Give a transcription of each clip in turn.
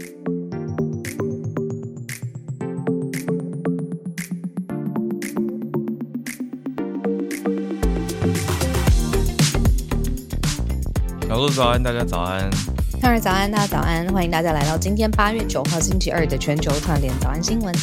小鹿早安，大家早安。 当然早安，大家早安，欢迎大家来到今天8月9号星期二的全球串联早安新闻。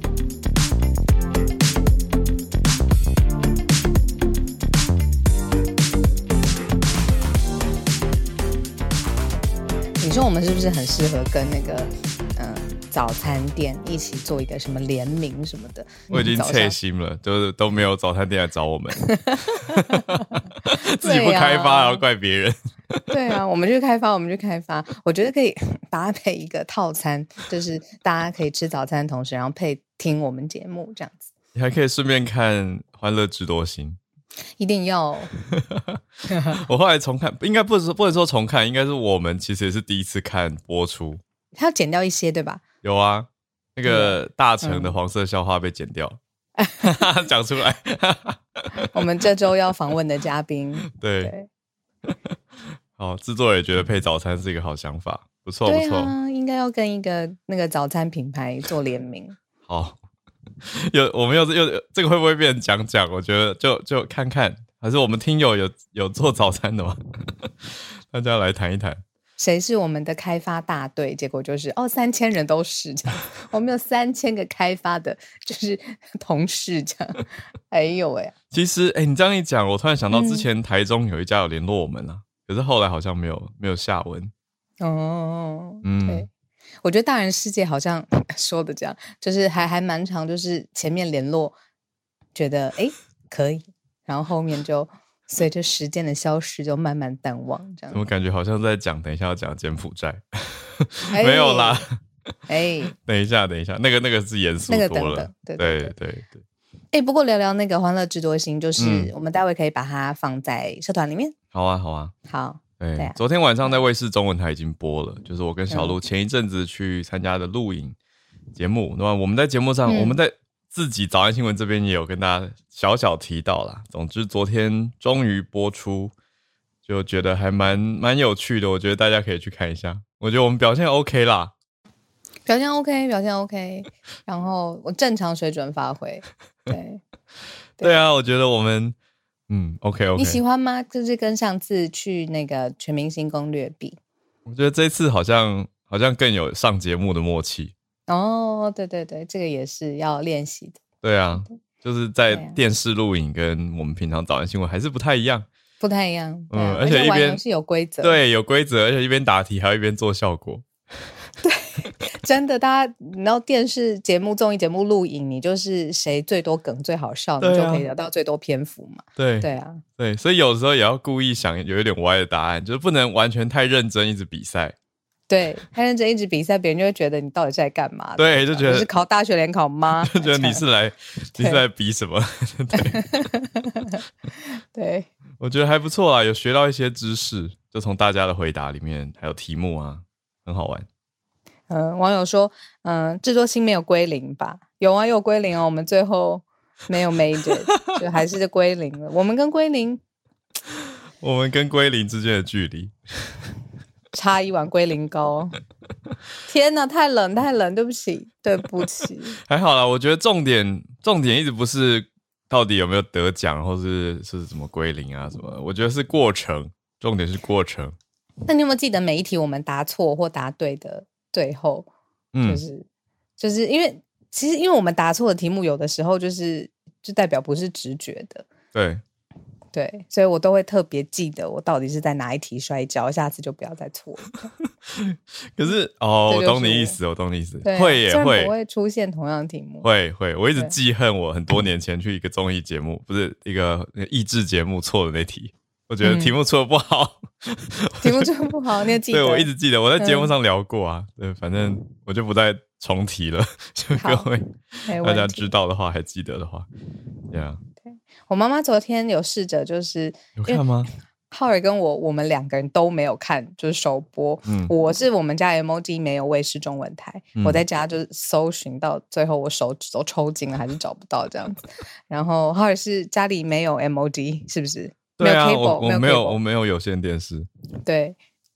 你说我们是不是很适合跟那个早餐店一起做一个什么联名什么的？ 我已经切心了，就是都没有早餐店来找我们，自己不开发，然后怪别人。 对啊，我们去开发，我觉得可以搭配一个套餐，就是大家可以吃早餐的同时，然后配听我们节目这样子。 你还可以顺便看《欢乐智多星》， 一定要。 我后来重看，应该不能说重看，应该是我们其实也是第一次看播出。 他要剪掉一些，对吧？ 有啊，那个大成的黄色笑话被剪掉，讲出来。 我们这周要访问的嘉宾， 对。好，制作人也觉得配早餐是一个好想法，不错不错。 应该要跟一个那个早餐品牌做联名。 好，我们又这个会不会变成讲？我觉得就看看，还是我们听友有做早餐的吗？大家来谈一谈， 谁是我们的开发大队？结果就是3000人都是这样，我们有3000个开发的，就是同事这样。哎呦喂！ 其实你这样一讲，我突然想到之前台中有一家有联络我们啦，可是后来好像没有下文。 对，我觉得大人世界好像说的这样，就是还蛮长，就是前面联络觉得可以，然后后面就随着时间的消失就慢慢淡忘这样。 我感觉好像在讲等一下要讲柬埔寨。没有啦。等一下那个是严肃多了。对。 不过聊聊那个欢乐智多星，就是我们待会可以把它放在社团里面。 好啊。 好。 对啊，昨天晚上在卫视中文台已经播了，就是我跟小鹿前一阵子去参加的录影节目。那么我们在节目上，我们在自己早安新闻这边也有跟大家小小提到啦。总之昨天终于播出，就觉得还蛮有趣的，我觉得大家可以去看一下。我觉得我们表现 OK 啦， 表现 OK， 然后我正常水准发挥。 对啊，我觉得我们OK。 你喜欢吗？就是跟上次去那个全明星攻略比， 我觉得这次好像更有上节目的默契。 对，这个也是要练习的。 对啊，就是在电视录影跟我们平常早安新闻还是不太一样。 而且玩游戏有规则。 对，有规则，而且一边打题还要一边做效果。 对，真的，大家你知道电视节目、综艺节目录影，你就是谁最多梗最好笑，你就可以得到最多篇幅嘛。对， 所以有时候也要故意想有一点歪的答案，就是不能完全太认真一直比赛。 对，太认真一直比赛，别人就会觉得你到底是在干嘛？ 对，就觉得你是考大学联考吗？ 就觉得你是来比什么？ 对， 我觉得还不错啦，有学到一些知识，就从大家的回答里面还有题目啊，很好玩。 网友说，制作星没有归零吧？有归零哦，我们最后没有 made it， 就还是归零了。我们跟归零之间的距离差一碗归零糕。天哪，太冷，对不起。 还好啦，我觉得重点一直不是到底有没有得奖，或是什么归零啊什么，我觉得是过程，重点是过程。 那你有没有记得每一题我们答错或答对的最后，就是因为其实因为我们答错的题目有的时候就代表不是直觉的。对，所以我都会特别记得我到底是在哪一题摔跤，下次就不要再错了。 可是我懂你意思，会耶， 虽然不会出现同样的题目， 会，我一直记恨我很多年前去一个综艺节目，不是一个益智节目错的那题，我觉得题目错得不好。 题目错得不好，你也记得？ 对，我一直记得，我在节目上聊过啊。对，反正我就不再重提了，就各位大家知道的话，还记得的话，yeah。 我妈妈昨天有试着，就是有看吗？ 浩尔跟我们2个人都没有看，就是首播。我是我们家 emoji 没有卫视中文台，我在家就是搜寻到最后，我手指都抽筋了，还是找不到这样子。然后浩尔是家里没有 emoji， 是不是？ 对啊， 没有 cable， 我没有有线电视。 对，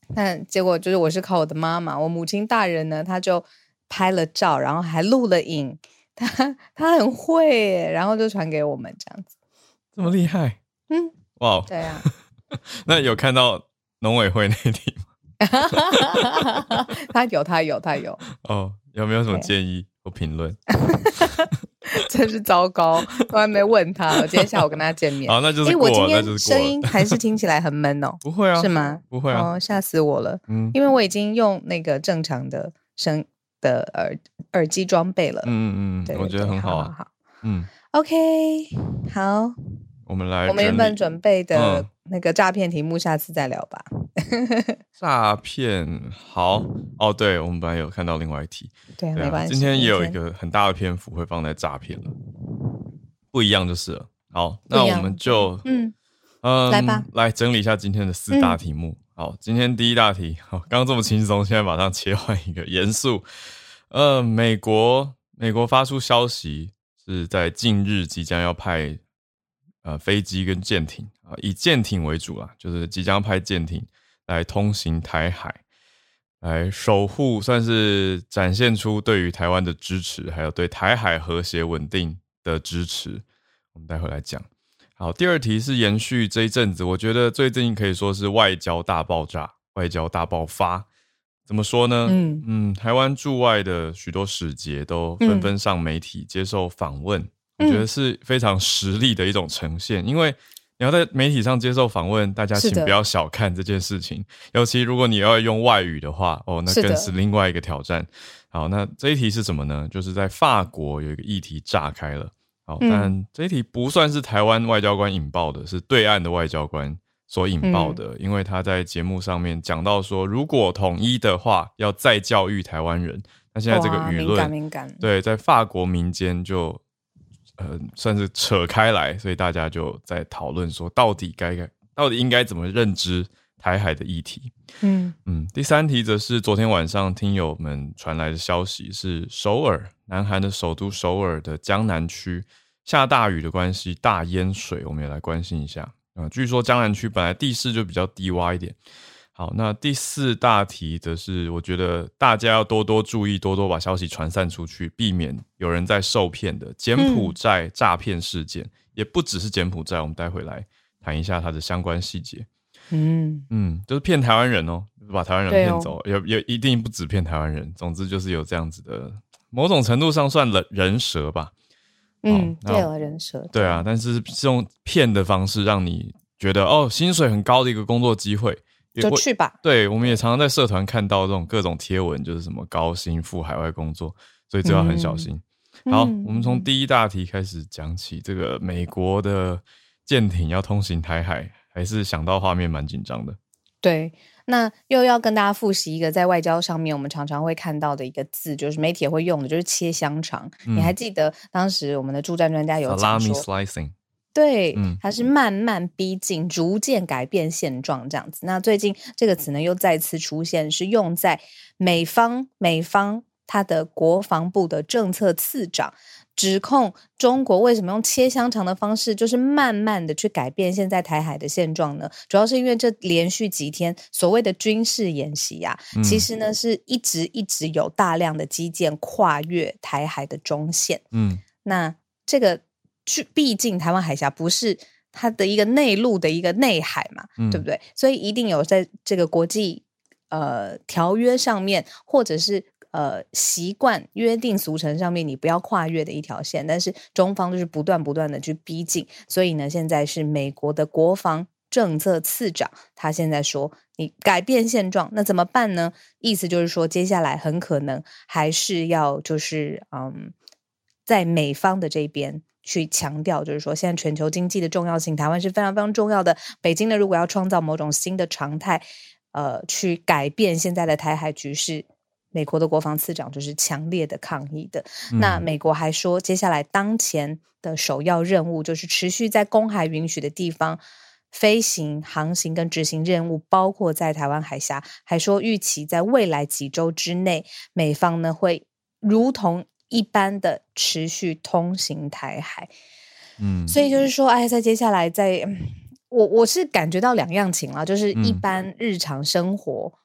那结果就是我是靠我的妈妈，我母亲大人呢，她就拍了照，然后还录了影，她很会耶，然后就传给我们这样子。 这么厉害？哇， 对啊。 那有看到农委会那题吗？ 他有哦，有没有什么建议或评论？ 真是糟糕，我还没问他，我今天下午跟他见面。 好，那就是过了， 我今天声音还是听起来很闷哦。 不会啊， 是吗？ 不会啊， 吓死我了。因为我已经用那个正常的耳机装备了。 对，我觉得很好啊。 好，OK， 好， 我们原本准备的那个诈骗题目，下次再聊吧。 诈骗好哦，对，我们本来有看到另外一题， 对，没关系。 今天也有一个很大的篇幅会放在诈骗了，不一样就是了。好，那我们就来吧， 来整理一下今天的4大题目。好，今天第一大题，好，刚刚这么轻松，现在马上切换一个严肃。美国发出消息是在近日即将要派飞机跟舰艇以舰艇为主啦，就是即将派舰艇来通行台海，来守护，算是展现出对于台湾的支持，还有对台海和谐稳定的支持。我们待会来讲。好，第二题是延续这一阵子，我觉得最近可以说是外交大爆炸、外交大爆发。怎么说呢？台湾驻外的许多使节都纷纷上媒体接受访问，我觉得是非常实力的一种呈现。因为你要在媒体上接受访问，大家请不要小看这件事情，尤其如果你要用外语的话，那更是另外一个挑战。好，那这一题是什么呢？就是在法国有一个议题炸开了。好，但这一题不算是台湾外交官引爆的，是对岸的外交官所引爆的。因为他在节目上面讲到说，如果统一的话，要再教育台湾人。那现在这个舆论， 敏感， 对，在法国民间就算是扯开来，所以大家就在讨论说，到底应该怎么认知台海的议题。第三题则是昨天晚上听友们传来的消息，是南韩的首都首尔的江南区下大雨的关系大淹水，我们也来关心一下。据说江南区本来地势就比较低洼一点。好，那第4大题则是我觉得大家要多多注意，多多把消息传散出去，避免有人在受骗的柬埔寨诈骗事件。也不只是柬埔寨，我们待会来谈一下它的相关细节。就是骗台湾人把台湾人骗走，也一定不止骗台湾人。总之就是有这样子的，某种程度上算人蛇吧。 对了，人蛇。 对啊，但是这种骗的方式让你觉得薪水很高的一个工作机会， 就去吧。 对，我们也常常在社团看到这种各种贴文，就是什么高薪赴海外工作，所以就要很小心。好，我们从第一大题开始讲起。这个美国的舰艇要通行台海，还是想到画面蛮紧张的。 对，那又要跟大家复习一个在外交上面我们常常会看到的一个字，就是媒体也会用的，就是切香肠。你还记得当时我们的驻战专家有讲说 Salami slicing， 对，它是慢慢逼近，逐渐改变现状这样子。那最近这个词呢又再次出现，是用在美方他的国防部的政策次长指控中国为什么用切香肠的方式，就是慢慢的去改变现在台海的现状呢？主要是因为这连续几天所谓的军事演习啊，其实呢是一直有大量的机舰跨越台海的中线。那这个毕竟台湾海峡不是它的一个内陆的一个内海嘛，对不对？所以一定有在这个国际条约上面，或者是习惯约定俗成上面你不要跨越的一条线，但是中方就是不断的去逼近。所以呢现在是美国的国防政策次长，他现在说你改变现状，那怎么办呢？意思就是说接下来很可能还是要就是在美方的这边去强调，就是说现在全球经济的重要性，台湾是非常非常重要的。北京呢如果要创造某种新的常态去改变现在的台海局势，美国的国防次长就是强烈的抗议的。那美国还说接下来当前的首要任务就是持续在公海允许的地方飞行、航行跟执行任务，包括在台湾海峡。还说预期在未来几周之内，美方呢会如同一般的持续通行台海。所以就是说在接下来我是感觉到两样情啦，就是一般日常生活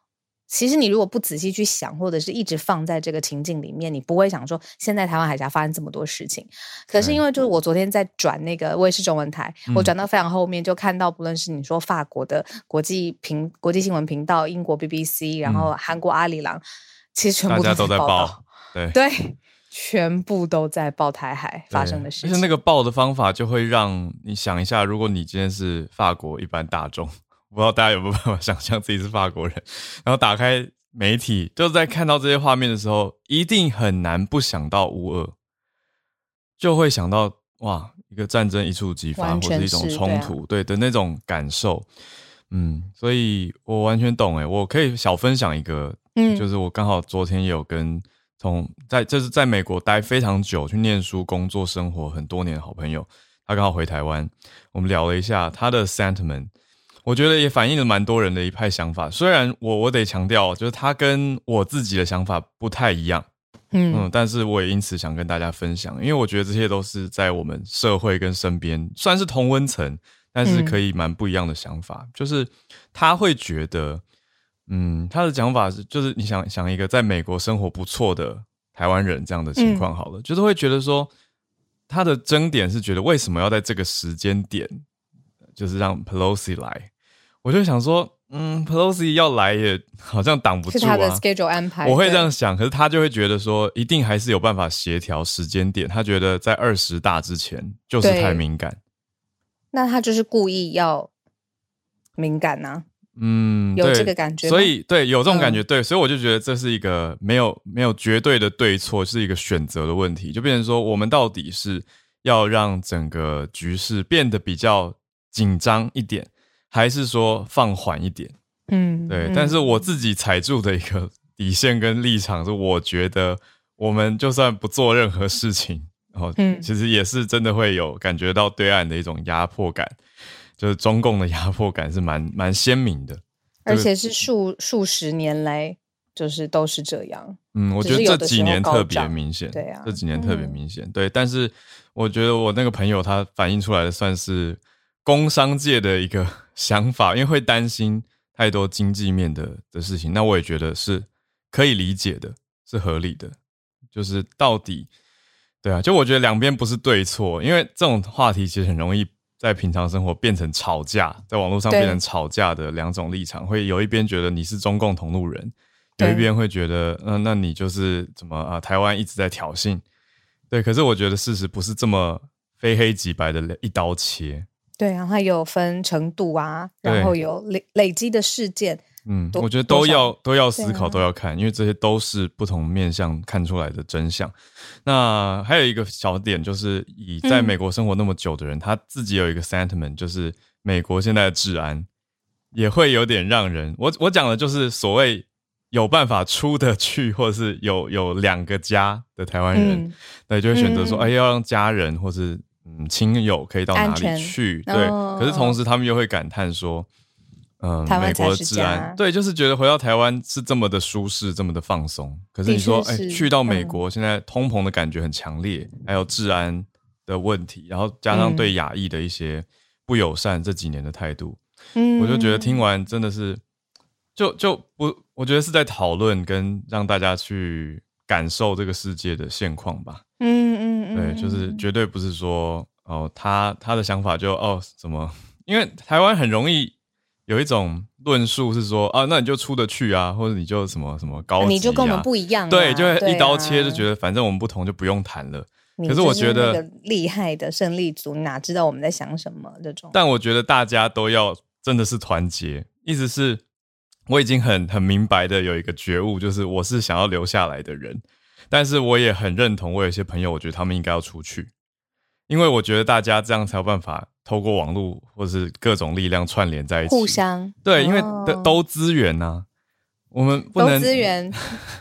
其实你如果不仔细去想，或者是一直放在这个情境里面，你不会想说现在台湾海峡发生这么多事情。可是因为就是我昨天在转那个卫视中文台，我转到非常后面，就看到不论是你说法国的国际新闻频道、英国 BBC， 然后韩国阿里郎，其实全部都在报， 对，全部都在报台海发生的事情。 而且那个报的方法就会让你想一下，如果你今天是法国一般大众。不知道大家有没有办法想象自己是法国人，然后打开媒体，就在看到这些画面的时候，一定很难不想到乌俄，就会想到哇，一个战争一触即发，或是一种冲突，对的那种感受。所以我完全懂我可以小分享一个，就是我刚好昨天也有跟就是在美国待非常久，去念书、工作、生活很多年的好朋友，他刚好回台湾，我们聊了一下他的 sentiment。我觉得也反映了蛮多人的一派想法，虽然我得强调，就是他跟我自己的想法不太一样，但是我也因此想跟大家分享，因为我觉得这些都是在我们社会跟身边算是同温层，但是可以蛮不一样的想法，就是他会觉得，他的讲法是，就是你想一个在美国生活不错的台湾人这样的情况好了，就是会觉得说，他的争点是觉得为什么要在这个时间点，就是让 Pelosi 来。我就想说Pelosi 要来也好像挡不住啊， 是他的 schedule 安排。 我会这样想，可是他就会觉得说一定还是有办法协调时间点，他觉得在20大之前就是太敏感。 那他就是故意要敏感啊。有这个感觉吗？ 所以对，有这种感觉，对，所以我就觉得这是一个没有绝对的对错，是一个选择的问题，就变成说我们到底是要让整个局势变得比较紧张一点，还是说放缓一点？对。但是我自己踩住的一个底线跟立场是，我觉得我们就算不做任何事情，然后其实也是真的会有感觉到对岸的一种压迫感，就是中共的压迫感是蛮鲜明的， 而且是数十年来就是都是这样。 我觉得这几年特别明显， 对啊， 这几年特别明显，对。但是我觉得我那个朋友他反映出来的算是工商界的一个想法，因为会担心太多经济面的事情，那我也觉得是可以理解的，是合理的。就是到底，对啊，就我觉得两边不是对错，因为这种话题其实很容易在平常生活变成吵架，在网络上变成吵架的两种立场，会有一边觉得你是中共同路人，有一边会觉得那你就是怎么台湾一直在挑衅。对，可是我觉得事实不是这么非黑即白的一刀切。 对啊，它有分程度啊，然后有累积的事件。 我觉得都要思考，都要看，因为这些都是不同面向看出来的真相。那还有一个小点，就是以在美国生活那么久的人，他自己有一个 sentiment， 就是美国现在的治安也会有点让人，我讲的就是所谓有办法出得去，或者是有两个家的台湾人，对，就会选择说，要让家人或是亲友可以到哪里去，对。可是同时他们又会感叹说，美国的治安，对，就是觉得回到台湾是这么的舒适，这么的放松。可是你说，去到美国，现在通膨的感觉很强烈，还有治安的问题，然后加上对亚裔的一些不友善，这几年的态度，我就觉得听完真的是，我觉得是在讨论跟让大家去感受这个世界的现况吧。对，就是绝对不是说他的想法就什么，因为台湾很容易有一种论述是说那你就出得去啊，或者你就什么什么高级你就跟我们不一样对，就会一刀切，就觉得反正我们不同就不用谈了。可是我觉得你就是那个厉害的胜利组，哪知道我们在想什么这种。 但我觉得大家都要真的是团结，意思是我已经很明白的有一个觉悟，就是我是想要留下来的人，但是我也很认同，我有些朋友我觉得他们应该要出去，因为我觉得大家这样才有办法透过网络或是各种力量串联在一起， 互相对，因为都资源啊，我们不能都资源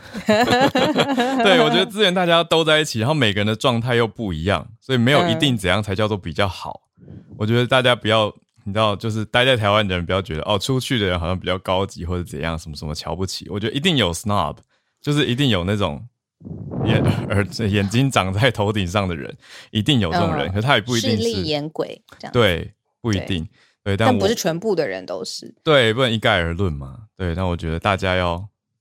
对，我觉得资源大家都在一起，然后每个人的状态又不一样，所以没有一定怎样才叫做比较好。我觉得大家不要，你知道，就是待在台湾的人不要觉得出去的人好像比较高级或者怎样，什么什么瞧不起。我觉得一定有 snob， 就是一定有那种眼睛长在头顶上的人，一定有这种人，可他也不一定是势利眼鬼这样， 对，不一定，对， 但不是全部的人都是， 对，不能一概而论嘛，对。但我觉得大家要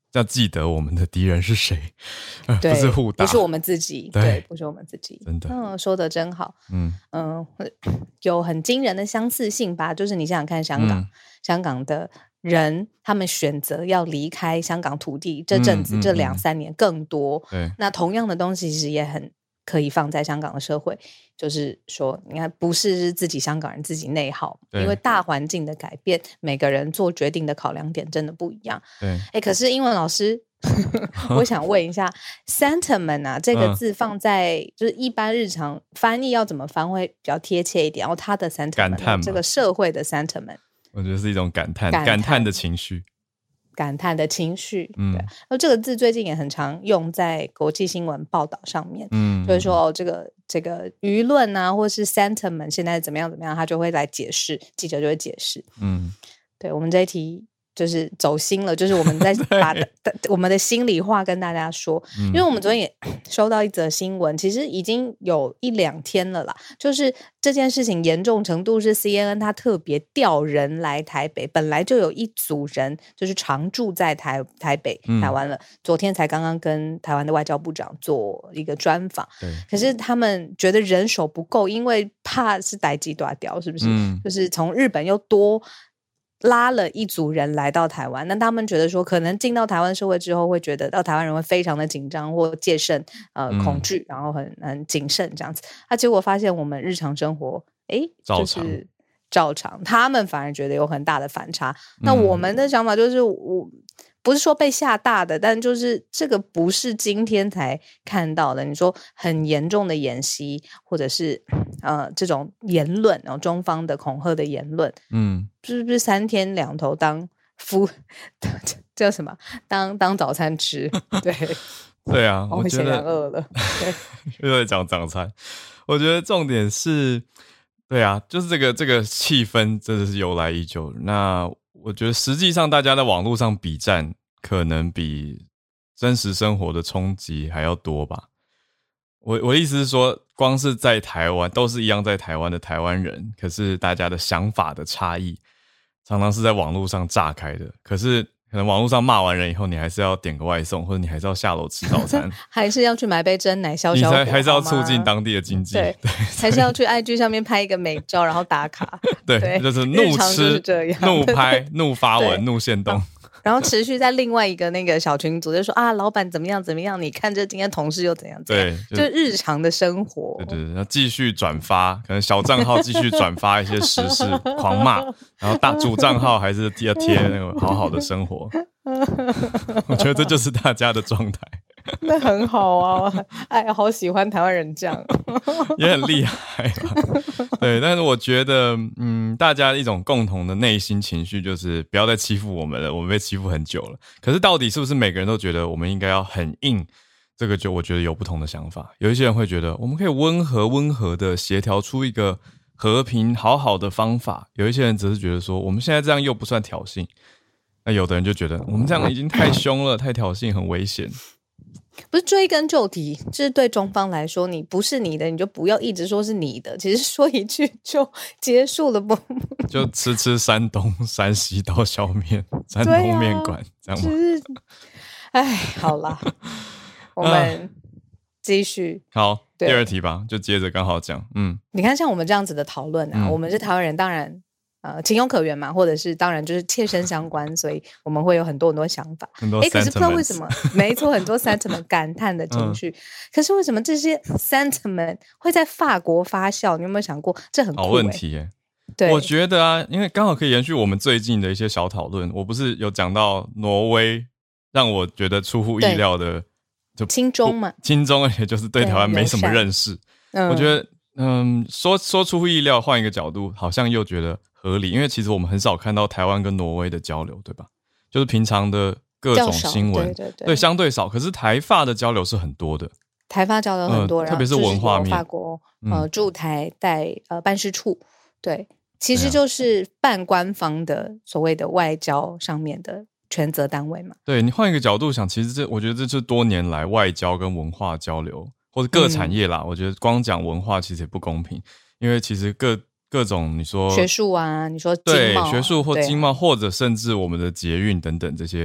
要记得我们的敌人是谁，不是互打， 不是我们自己，对，不是我们自己， 真的， 说得真好，有很惊人的相似性吧？就是你想想看，香港的人，他们选择要离开香港土地，这阵子这2-3年更多，那同样的东西其实也很可以放在香港的社会，就是说，你看，不是自己香港人自己内耗，因为大环境的改变，每个人做决定的考量点真的不一样。对，可是英文老师，我想问一下 ，sentiment 啊，这个字放在就是一般日常翻译要怎么翻会比较贴切一点？然后它的 sentiment， 感叹， 这个社会的 sentiment， 我觉得是一种感叹的情绪。 感叹的情绪，对。而这个字最近也很常用在国际新闻报道上面，就是说这个舆论啊，或是 sentiment 现在怎么样，他就会来解释，记者就会解释。对，我们这一题就是走心了，就是我们在把我们的心里话跟大家说，因为我们昨天也收到一则新闻，其实已经有1-2天了啦，就是这件事情严重程度是 CNN 他特别调人来台北，本来就有一组人就是常住在台北台湾了，昨天才刚刚跟台湾的外交部长做一个专访，可是他们觉得人手不够，因为怕是代志大条，是不是？就是从日本又多拉了一组人来到台湾，那他们觉得说可能进到台湾社会之后会觉得到台湾人会非常的紧张或戒慎恐惧，然后很谨慎这样子，结果发现我们日常生活就是照常，他们反而觉得有很大的反差。那我们的想法就是我不是说被吓大的，但就是这个不是今天才看到的。你说很严重的演习，或者是这种言论，然后中方的恐吓的言论，是不是3天2头当叫什么当早餐吃？ 对啊， 我显然饿了。 又在讲早餐，我觉得重点是，对啊，就是这个气氛真的是由来已久。那我觉得实际上大家在网络上比战，可能比真实生活的冲击还要多吧。我的意思是说，光是在台湾都是一样在台湾的台湾人，可是大家的想法的差异常常是在网络上炸开的。可是可能网络上骂完人以后，你还是要点个外送，或者你还是要下楼吃早餐， 还是要去买杯珍奶消消火， 还是要促进当地的经济，对， 还是要去 IG 上面拍一个美照，然后打卡， 对，就是怒吃、怒拍、怒发文、怒限动。 然后持续在另外一个那个小群组就说老板怎么样怎么样，你看这今天同事又怎样怎样，对，就日常的生活， 对，然后继续转发，可能小账号继续转发一些时事狂骂，然后主账号还是要贴那个好好的生活。我觉得这就是大家的状态。 那很好啊，好喜欢台湾人这样， 也很厉害啦。对，但是我觉得，大家一种共同的内心情绪就是不要再欺负我们了，我们被欺负很久了。可是到底是不是每个人都觉得我们应该要很硬？这个就我觉得有不同的想法。有一些人会觉得我们可以温和的协调出一个和平好的方法，有一些人只是觉得说我们现在这样又不算挑衅，那有的人就觉得我们这样已经太凶了，太挑衅，很危险。 不是追根究底，就是对中方来说，你不是你的，你就不要一直说是你的，其实说一句就结束了不？ 就吃山东山西刀削面，山东面馆，这样吗？ 好啦，我们继续。 好，第二题吧，就接着刚好讲。 你看像我们这样子的讨论啊，我们是台湾人，当然情有可原嘛，或者是当然就是切身相关，所以我们会有很多想法， 很多可是不知道为什么，没错，很多 sentiment 感叹的情绪，可是为什么这些 sentiment 会在法国发酵？你有没有想过？这很酷好问题耶。对，我觉得啊，因为刚好可以延续我们最近的一些小讨论，我不是有讲到挪威让我觉得出乎意料的，就亲中嘛， 亲中，而且就是对台湾没什么认识。我觉得说出乎意料，换一个角度好像又觉得合理，因为其实我们很少看到台湾跟挪威的交流，对吧？就是平常的各种新闻，对，相对少。可是台法的交流是很多的， 台法交流很多， 特别是文化面， 法国驻台代办事处，对，其实就是半官方的所谓的外交上面的权责单位嘛。 对，你换一个角度想，其实我觉得这是多年来外交跟文化交流，或者各产业啦，我觉得光讲文化其实也不公平，因为其实各种你说学术啊，你说经贸， 对，学术或经贸，或者甚至我们的捷运等等这些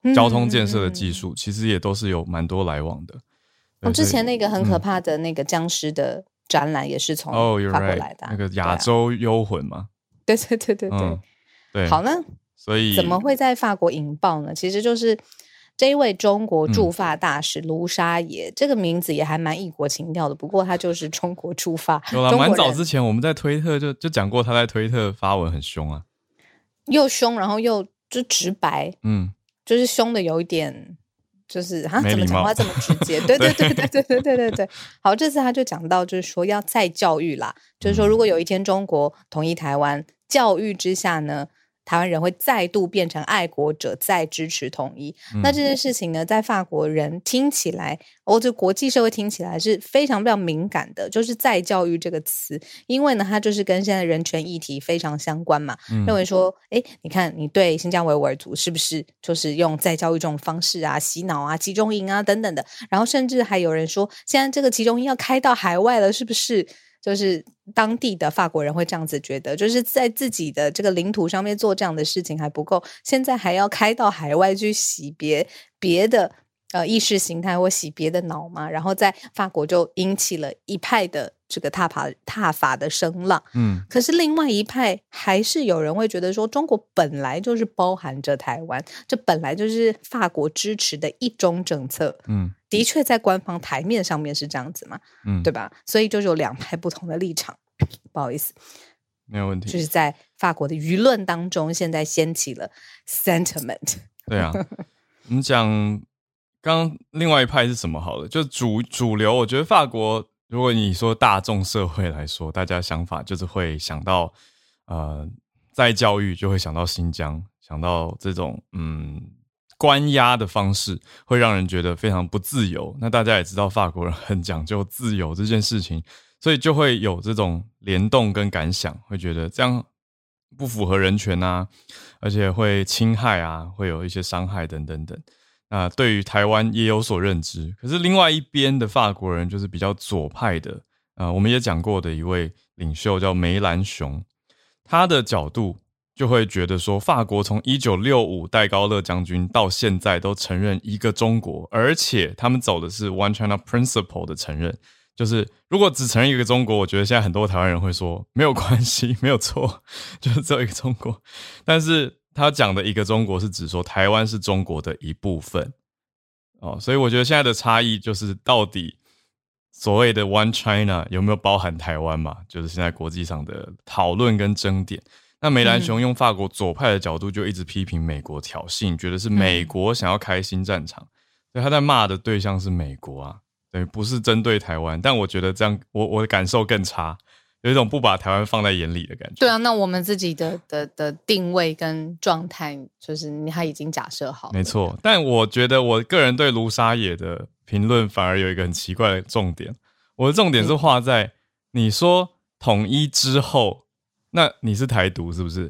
交通建设的技术，其实也都是有蛮多来往的。 之前那个很可怕的那个僵尸的展览也是从法国来的， 那个亚洲幽魂嘛。 对对对对对， 对。 好呢， 所以怎么会在法国引爆呢？其实就是这一位中国驻法大使卢沙野，这个名字也还蛮异国情调的。不过他就是中国驻法， 有了蛮早之前我们在推特就讲过，他在推特发文很凶啊， 又凶，然后又就直白，就是凶的有一点。就是怎么讲话这么直接？对对对对对对对对对。好，这次他就讲到，就是说要再教育啦，就是说如果有一天中国统一台湾，教育之下呢，台湾人会再度变成爱国者，再支持统一。那这件事情呢，在法国人听起来，或者国际社会听起来是非常非常敏感的，就是再教育这个词，因为呢，它就是跟现在人权议题非常相关嘛。认为说，你看你对新疆维吾尔族是不是就是用再教育这种方式啊，洗脑啊，集中营啊等等的，然后甚至还有人说，现在这个集中营要开到海外了，是不是？就是当地的法国人会这样子觉得，就是在自己的这个领土上面做这样的事情还不够，现在还要开到海外去洗别的意识形态或洗别的脑嘛，然后在法国就引起了一派的这个踏法的声浪。可是另外一派还是有人会觉得说，中国本来就是包含着台湾，这本来就是法国支持的一中政策。的确在官方台面上面是这样子嘛，对吧？所以就是有两派不同的立场。不好意思， 没有问题。 就是在法国的舆论当中，现在掀起了 sentiment。 对啊，我们讲刚刚另外一派是什么好了？就主流，我觉得法国，如果你说大众社会来说，大家想法就是会想到在教育就会想到新疆，想到这种关押的方式会让人觉得非常不自由。那大家也知道法国人很讲究自由这件事情，所以就会有这种联动跟感想，会觉得这样不符合人权啊，而且会侵害啊，会有一些伤害等等等。那对于台湾也有所认知，可是另外一边的法国人就是比较左派的，我们也讲过的一位领袖叫梅兰雄，他的角度就会觉得说，法国从1965戴高乐将军到现在都承认一个中国，而且他们走的是 One China Principle 的承认，就是如果只承认一个中国，我觉得现在很多台湾人会说没有关系，没有错，就是只有一个中国。但是他讲的一个中国是指说台湾是中国的一部分。所以我觉得现在的差异就是到底所谓的 One China 有没有包含台湾嘛，就是现在国际上的讨论跟争点。那梅兰雄用法国左派的角度就一直批评美国挑衅，觉得是美国想要开新战场，所以他在骂的对象是美国啊，对，不是针对台湾。但我觉得这样我的感受更差，有一种不把台湾放在眼里的感觉。 对啊，那我们自己的定位跟状态就是他已经假设好了。 没错，但我觉得我个人对卢沙野的评论反而有一个很奇怪的重点，我的重点是画在你说统一之后，那你是台独是不是？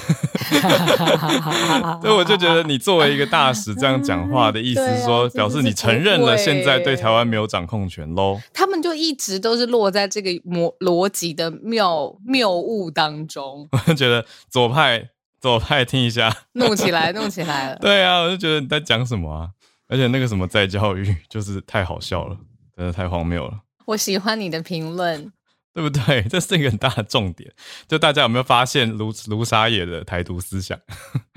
所以我就觉得你作为一个大使这样讲话的意思是说，表示你承认了现在对台湾没有掌控权咯。 他们就一直都是落在这个逻辑的谬误当中。 我就觉得左派听一下， 怒起来了。 对啊，我就觉得你在讲什么啊？而且那个什么再教育就是太好笑了，真的太荒谬了。 我喜欢你的评论。 对不对？这是一个很大的重点，就大家有没有发现卢沙野的台独思想？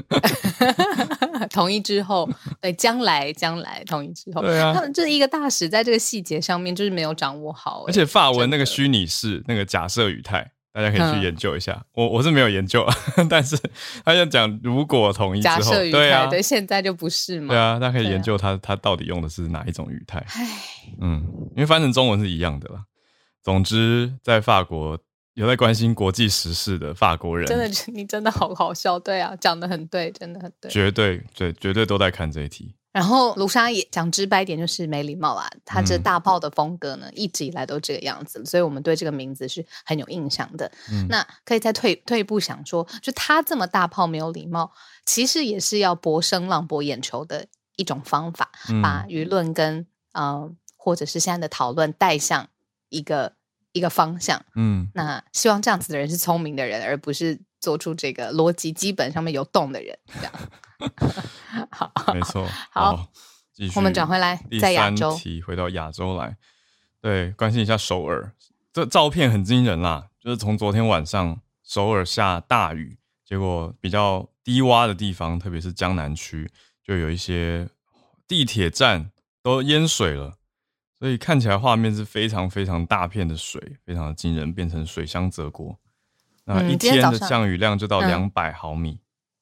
统一之后，对，将来统一之后， 对啊， 他们这一个大使在这个细节上面就是没有掌握好， 而且法文那个虚拟式那个假设语态，大家可以去研究一下。我是没有研究，但是他要讲如果统一之后， 假设语态， 对啊， 对，现在就不是嘛？ 对啊，大家可以研究他到底用的是哪一种语态。因为翻成中文是一样的啦。总之，在法国有在关心国际时事的法国人， 真的，你真的好好笑，对啊，讲得很对，真的很对， 绝对都在看这一题。 然后卢沙也讲直白一点，就是没礼貌啊。他这大炮的风格呢，一直以来都这个样子，所以我们对这个名字是很有印象的。那可以再退一步想说，就他这么大炮没有礼貌，其实也是要博声浪、博眼球的一种方法，把舆论跟或者是现在的讨论带向一个方向。那希望这样子的人是聪明的人，而不是做出这个逻辑基本上面有洞的人，这样。好， 没错。 好， 继续。 我们转回来，在亚洲。 第三题回到亚洲来，对，关心一下首尔。这照片很惊人啦，就是从昨天晚上首尔下大雨，结果比较低洼的地方，特别是江南区，就有一些地铁站都淹水了，所以看起来画面是非常非常大片的水，非常的惊人，变成水乡泽国。那一天的降雨量就到200毫米。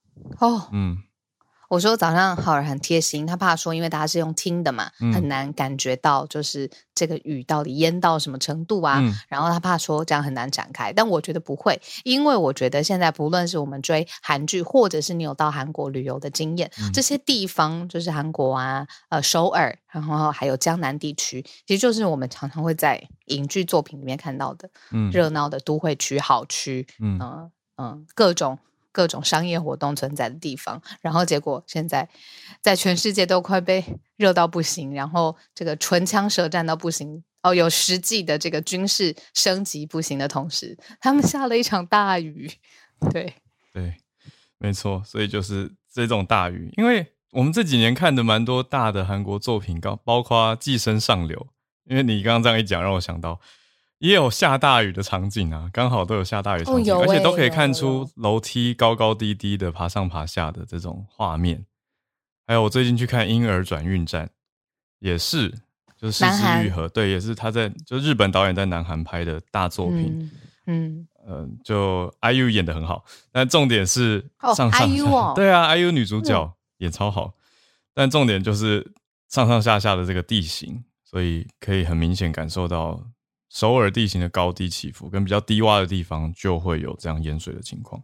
我说早上浩尔很贴心，他怕说因为大家是用听的嘛，很难感觉到就是这个雨到底淹到什么程度啊，然后他怕说这样很难展开，但我觉得不会，因为我觉得现在不论是我们追韩剧，或者是你有到韩国旅游的经验，这些地方就是韩国啊、首尔，然后还有江南地区，其实就是我们常常会在影剧作品里面看到的热闹的都会区、好区，各种商业活动存在的地方，然后结果现在在全世界都快被热到不行，然后这个唇枪舌战到不行，有实际的这个军事升级不行的同时，他们下了一场大雨。对， 没错，所以就是这种大雨，因为我们这几年看的蛮多大的韩国作品，包括《寄生上流》，因为你刚刚这样一讲，让我想到也有下大雨的场景啊，刚好都有下大雨的场景，而且都可以看出楼梯高高低低的爬上爬下的这种画面。还有我最近去看《婴儿转运站》，也是就是失之愈合，对，也是他就日本导演在南韩拍的大作品。就 IU 演得很好，但重点是上下 IU 对啊 IU 女主角演超好，但重点就是上上下下的这个地形，所以可以很明显感受到首尔地形的高低起伏，跟比较低洼的地方就会有这样淹水的情况。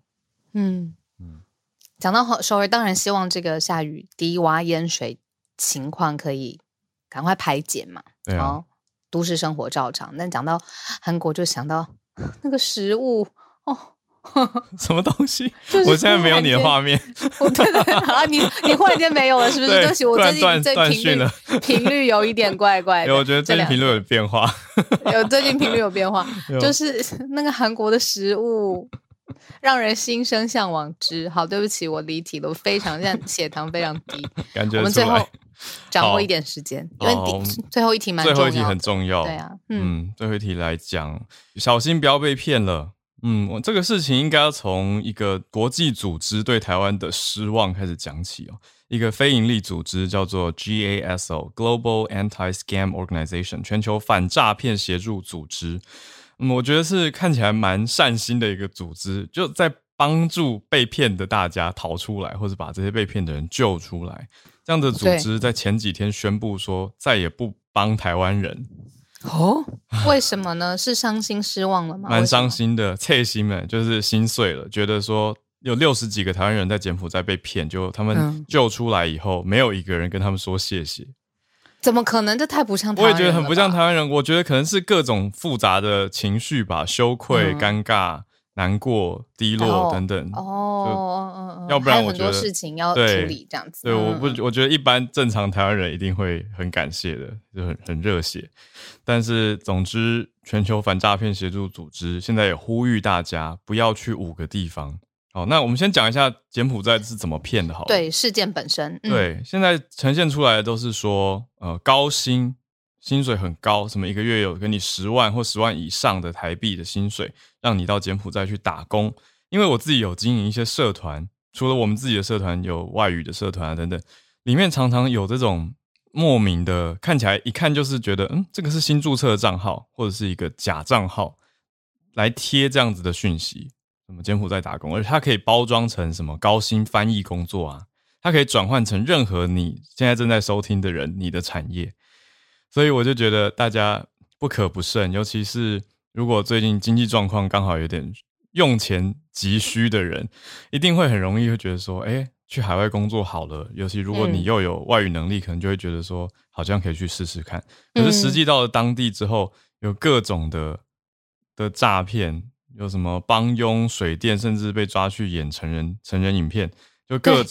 讲到首尔，当然希望这个下雨低洼淹水情况可以赶快排解嘛。 对啊， 都市生活照常。但讲到韩国，就想到那个食物什么东西？我现在没有你的画面。 对啊，你忽然间没有了，是不是？对不起，我最近这频率有一点怪怪的。 我觉得最近频率有变化。 最近频率有变化，就是那个韩国的食物让人心生向往之。好，对不起，我离题了，我非常现在血糖非常低， 感觉我们最后掌握一点时间，因为最后一题蛮重要的。 最后一题很重要， 对啊， 最后一题来讲，小心不要被骗了。我这个事情应该要从一个国际组织对台湾的失望开始讲起哦。一个非营利组织叫做 GASO Global Anti-Scam Organization 全球反诈骗协助组织。我觉得是看起来蛮善心的一个组织，就在帮助被骗的大家逃出来，或者把这些被骗的人救出来。这样的组织在前几天宣布说再也不帮台湾人。 为什么呢？是伤心失望了吗？ 蛮伤心的，脆心们就是心碎了，觉得说有60几个台湾人在柬埔寨被骗，就他们救出来以后，没有一个人跟他们说谢谢。 怎么可能？这太不像台湾人了吧。 我也觉得很不像台湾人，我觉得可能是各种复杂的情绪吧，羞愧、尴尬、难过、低落等等。要不然我觉得还有很多事情要处理这样子。 对，我觉得一般正常台湾人一定会很感谢的，就很热血。但是总之，全球反诈骗协助组织现在也呼吁大家不要去5个地方。好，那我们先讲一下柬埔寨是怎么骗的好了。 对，事件本身。 对，现在呈现出来的都是说，高薪水很高，什么一个月有给你10万或10万以上的台币的薪水，让你到柬埔寨去打工。因为我自己有经营一些社团，除了我们自己的社团，有外语的社团啊等等，里面常常有这种莫名的，看起来一看就是觉得，这个是新注册的账号，或者是一个假账号，来贴这样子的讯息，什么柬埔寨打工，而且它可以包装成什么高薪翻译工作啊，它可以转换成任何你现在正在收听的人，你的产业。所以我就觉得大家不可不慎，尤其是如果最近经济状况刚好有点用钱急需的人，一定会很容易会觉得说，去海外工作好了，尤其如果你又有外语能力，可能就会觉得说好像可以去试试看。可是实际到了当地之后，有各种的诈骗，有什么帮佣、水电，甚至被抓去演成人影片，就各种。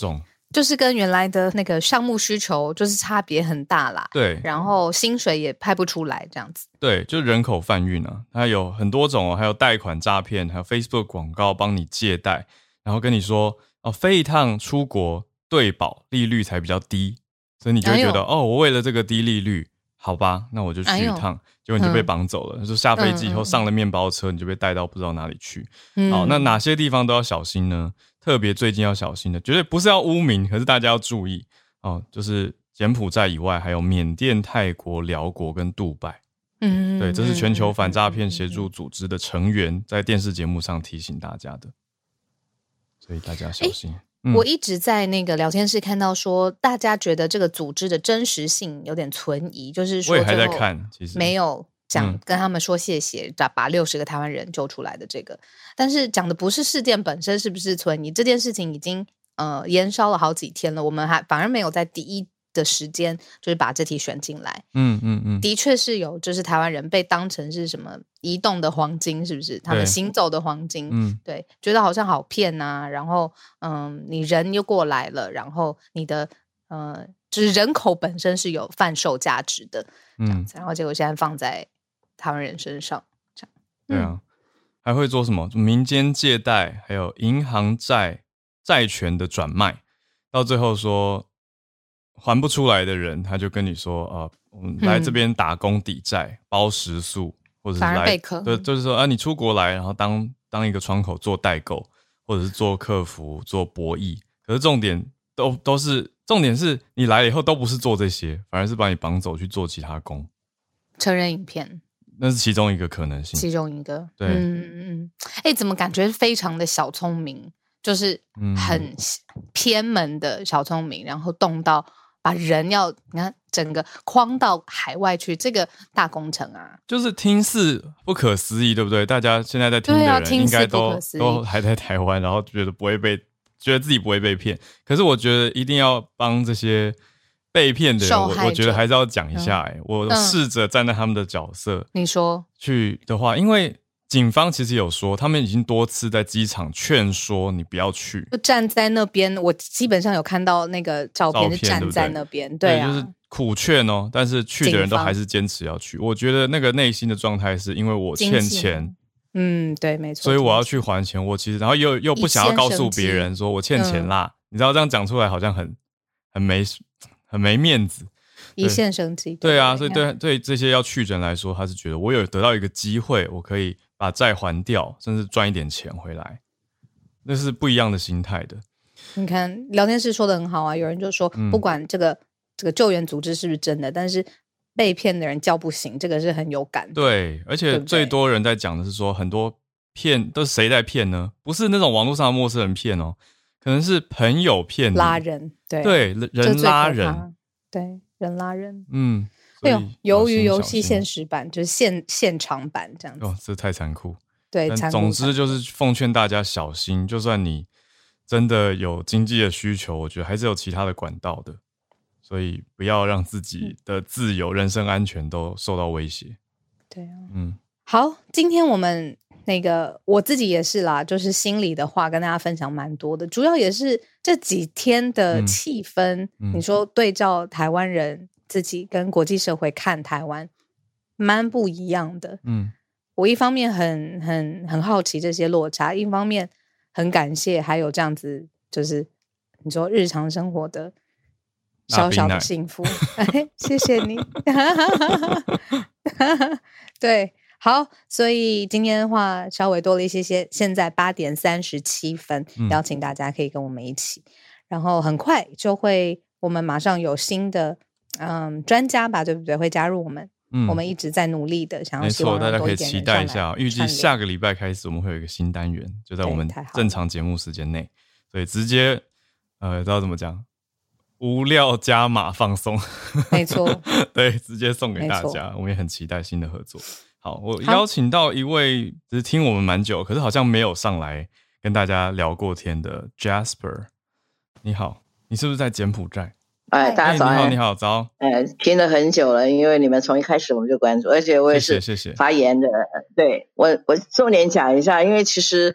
就是跟原来的那个项目需求就是差别很大啦。 对， 然后薪水也派不出来这样子。 对，就人口贩运啊，它有很多种还有贷款诈骗，还有 Facebook 广告帮你借贷，然后跟你说飞一趟出国对保利率才比较低，所以你就会觉得我为了这个低利率，好吧，那我就去一趟，结果你就被绑走了。就下飞机以后上了面包车，你就被带到不知道哪里去。好，那哪些地方都要小心呢？特别最近要小心的，绝对不是要污名，可是大家要注意就是柬埔寨以外，还有缅甸、泰国、寮国跟杜拜。对，这是全球反诈骗协助组织的成员在电视节目上提醒大家的，所以大家小心。 我一直在那个聊天室看到说，大家觉得这个组织的真实性有点存疑，就是说我也还在看，其实没有讲跟他们说谢谢，把60个台湾人救出来的这个，但是讲的不是事件本身是不是存疑，这件事情已经延烧了好几天了，我们还反而没有在第一的时间就是把这题选进来。的确是有，就是台湾人被当成是什么移动的黄金，是不是他们行走的黄金？对，觉得好像好骗啊，然后你人又过来了，然后你的就是人口本身是有贩售价值的这样子，然后结果现在放在台湾人身上这样。 对啊，还会做什么民间借贷，还有银行债权的转卖，到最后说还不出来的人，他就跟你说我们来这边打工抵债，包食宿，或者是来对，就是说你出国来，然后当一个窗口做代购，或者是做客服、做博弈。可是重点都是重点是你来了以后都不是做这些，反而是把你绑走去做其他工。 成人影片， 那是其中一个可能性， 其中一个。 对， 怎么感觉非常的小聪明，就是很偏门的小聪明，然后动到把人你看整个框到海外去，这个大工程啊， 就是听似不可思议，对不对？大家现在在听的人应该都还在台湾，然后觉得自己不会被骗。可是我觉得一定要帮这些被骗的人，我觉得还是要讲一下。我试着站在他们的角色， 你说去的话，因为警方其实有说，他们已经多次在机场劝说你不要去， 就站在那边。我基本上有看到那个照片，是站在那边，对啊， 就是苦劝但是去的人都还是坚持要去。我觉得那个内心的状态是因为我欠钱， 对，没错， 所以我要去还钱。我其实然后又不想要告诉别人说我欠钱啦，你知道这样讲出来好像很没面子。 一线生机， 对啊，所以对这些要去的人来说，他是觉得我有得到一个机会，我可以把债还掉，甚至赚一点钱回来，那是不一样的心态的。 你看聊天室说的很好啊，有人就说不管这个救援组织是不是真的，但是被骗的人叫不醒，这个是很有感的。 对，而且最多人在讲的是说，很多骗都是谁在骗呢？不是那种网络上的陌生人骗可能是朋友骗你， 拉人， 对，人拉人， 对，人拉人， 鱿鱼游戏现实版就是现场版这样子。 这太残酷。 对， 但总之就是奉劝大家小心，就算你真的有经济的需求，我觉得还是有其他的管道的，所以不要让自己的自由、人身安全都受到威胁。 对啊，好，今天我们我自己也是啦，就是心里的话跟大家分享蛮多的，主要也是这几天的气氛。你说对照台湾人自己跟国际社会看台湾，蛮不一样的。我一方面很好奇这些落差，一方面很感谢还有这样子，就是你说日常生活的小小的幸福。谢谢你。对。好，所以今天的话稍微多了一些，现在8点37分，邀请大家可以跟我们一起，然后很快就会，我们马上有新的专家吧，对不对？会加入我们，我们一直在努力的，想要希望大家可以期待一下，预计下个礼拜开始我们会有一个新单元，就在我们正常节目时间内，所以直接知道怎么讲，无料加码放送， 没错， 对，直接送给大家，我们也很期待新的合作。好，我邀请到一位只是听我们蛮久，可是好像没有上来跟大家聊过天的 Jasper。你好，你是不是在柬埔寨？ 大家早安。 你好，早。 听了很久了，因为你们从一开始我们就关注，而且我也是发言的。谢谢。对，我重点讲一下，因为其实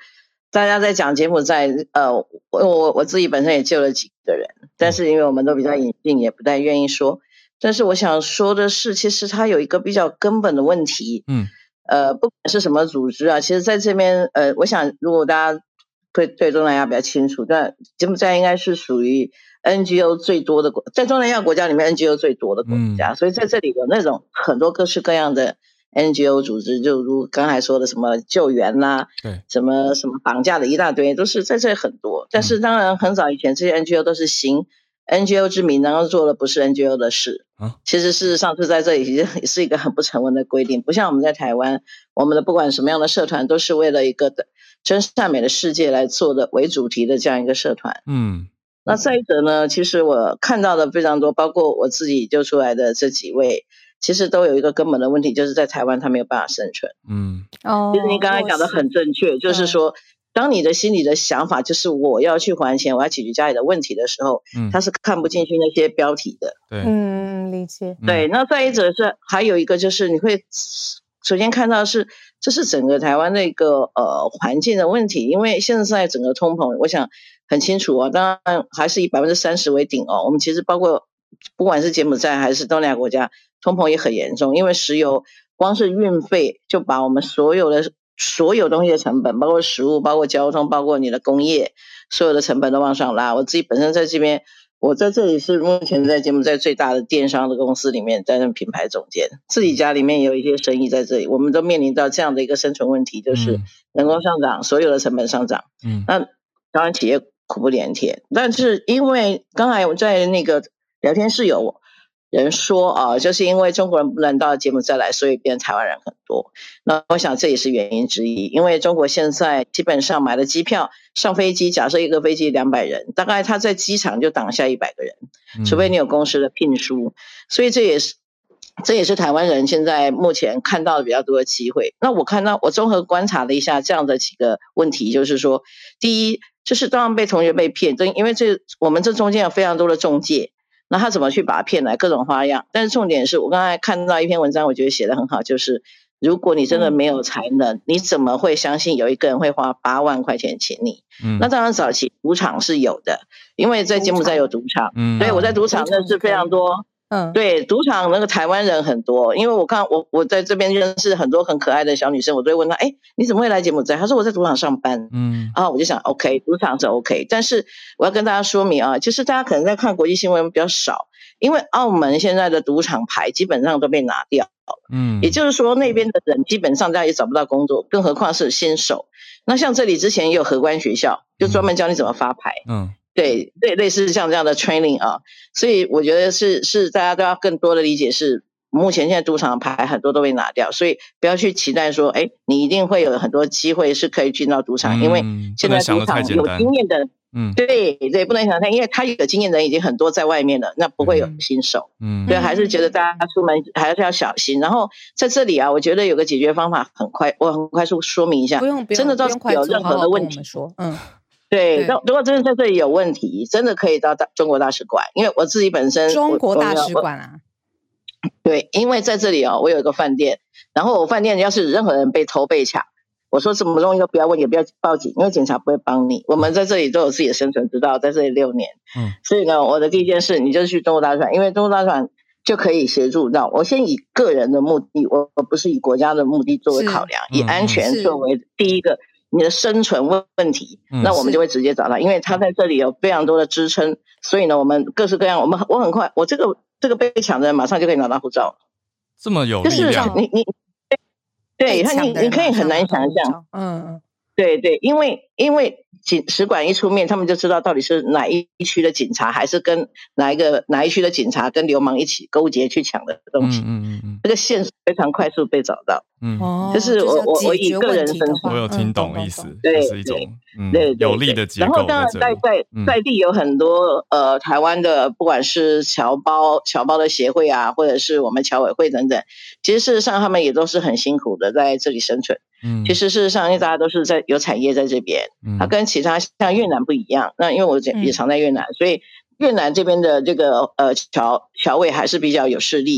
大家在讲柬埔寨，我自己本身也救了几个人，但是因为我们都比较隐性，也不太愿意说。但是我想说的是，其实它有一个比较根本的问题，不管是什么组织啊，其实在这边，我想如果大家对东南亚比较清楚，但柬埔寨应该是属于 NGO 最多的在东南亚国家里面 NGO 最多的国家，所以在这里有那种很多各式各样的 NGO 组织，就如刚才说的什么救援啦， 对， 什么绑架的一大堆，都是在这里很多。但是当然很早以前这些 NGO 都是行 NGO 之名，然后做的不是 NGO 的事。其实事实上是在这里也是一个很不成文的规定，不像我们在台湾，我们的不管什么样的社团都是为了一个真善美的世界来做的为主题的这样一个社团。那再者呢，其实我看到的非常多，包括我自己救出来的这几位，其实都有一个根本的问题，就是在台湾他没有办法生存。其实你刚才讲的很正确，就是说当你的心里的想法就是我要去还钱，我要解决家里的问题的时候，他是看不进去那些标题的。 对， 理解。 对，那再者是还有一个就是你会首先看到这是整个台湾的一个环境的问题，因为现在整个通膨，我想很清楚啊，当然还是以30%为顶哦。我们其实包括不管是柬埔寨还是东南亚国家，通膨也很严重，因为石油光是运费就把我们所有东西的成本，包括食物，包括交通，包括你的工业，所有的成本都往上拉。我自己本身在这边，我在这里是目前在柬埔寨最大的电商的公司里面担任品牌总监，自己家里面也有一些生意在这里，我们都面临到这样的一个生存问题，就是人工上涨，所有的成本上涨。那当然企业苦不连天，但是因为刚才我在那个聊天室有人说就是因为中国人不能到柬埔寨来，所以变台湾人很多。那我想这也是原因之一，因为中国现在基本上买了机票上飞机，假设一个飞机200人，大概他在机场就挡下100个人，除非你有公司的聘书，所以这也是台湾人现在目前看到的比较多的机会。那我综合观察了一下这样的几个问题，就是说第一就是当然被同学被骗，因为我们这中间有非常多的中介，那他怎么去把它骗来，各种花样。但是重点是我刚才看到一篇文章，我觉得写得很好，就是如果你真的没有才能，你怎么会相信有一个人会花8万块钱请你？那当然早期赌场是有的，因为在柬埔寨有赌场，对，我在赌场认识非常多。对，赌场那个台湾人很多，因为我在这边认识很多很可爱的小女生，我都会问她，你怎么会来柬埔寨？她说我在赌场上班。然后我就想 OK， 赌场是 OK， 但是我要跟大家说明啊，就是大家可能在看国际新闻比较少，因为澳门现在的赌场牌基本上都被拿掉了，也就是说那边的人基本上大家也找不到工作，更何况是新手。那像这里之前也有荷官学校，就专门教你怎么发牌。对，类似像这样的 training 啊，所以我觉得是大家都要更多的理解，是目前现在赌场的牌很多都被拿掉，所以不要去期待说你一定会有很多机会是可以进到赌场，因为现在赌场有经验的对，不能想太，因为他有经验的人已经很多在外面了，那不会有新手。对，还是觉得大家出门还是要小心。然后在这里啊，我觉得有个解决方法我很快速说明一下，真的到有任何的问题说对，如果真的在这里有问题，真的可以到中国大使馆，因为我自己本身中国大使馆啊， 对，因为在这里我有一个饭店，然后我饭店要是任何人被偷被抢，我说什么东西都不要问，也不要报警，因为警察不会帮你。我们在这里都有自己的生存之道，在这里6年，所以呢，我的第一件事你就去中国大使馆，因为中国大使馆就可以协助到。我先以个人的目的，我不是以国家的目的作为考量，以安全作为第一个。你的生存问题，那我们就会直接找他，因为他在这里有非常多的支撑，所以呢，我们各式各样，我很快，我这个被抢的人马上就可以拿到护照， 这么有力量， 就是你对，你可以很难想象，对，因为使馆一出面，他们就知道到底是哪一区的警察，还是跟哪一区的警察跟流氓一起勾结去抢的东西。这个线索非常快速被找到。就是我以个人身份， 我有听懂意思， 对， 是一种有力的结构。 然后当然在地有很多台湾的，不管是侨胞的协会啊，或者是我们侨委会等等，其实事实上他们也都是很辛苦的在这里生存。其实事实上因为大家都是有产业在这边，它跟其他像越南不一样。那因为我也常在越南，所以越南这边的这个侨委还是比较有势力。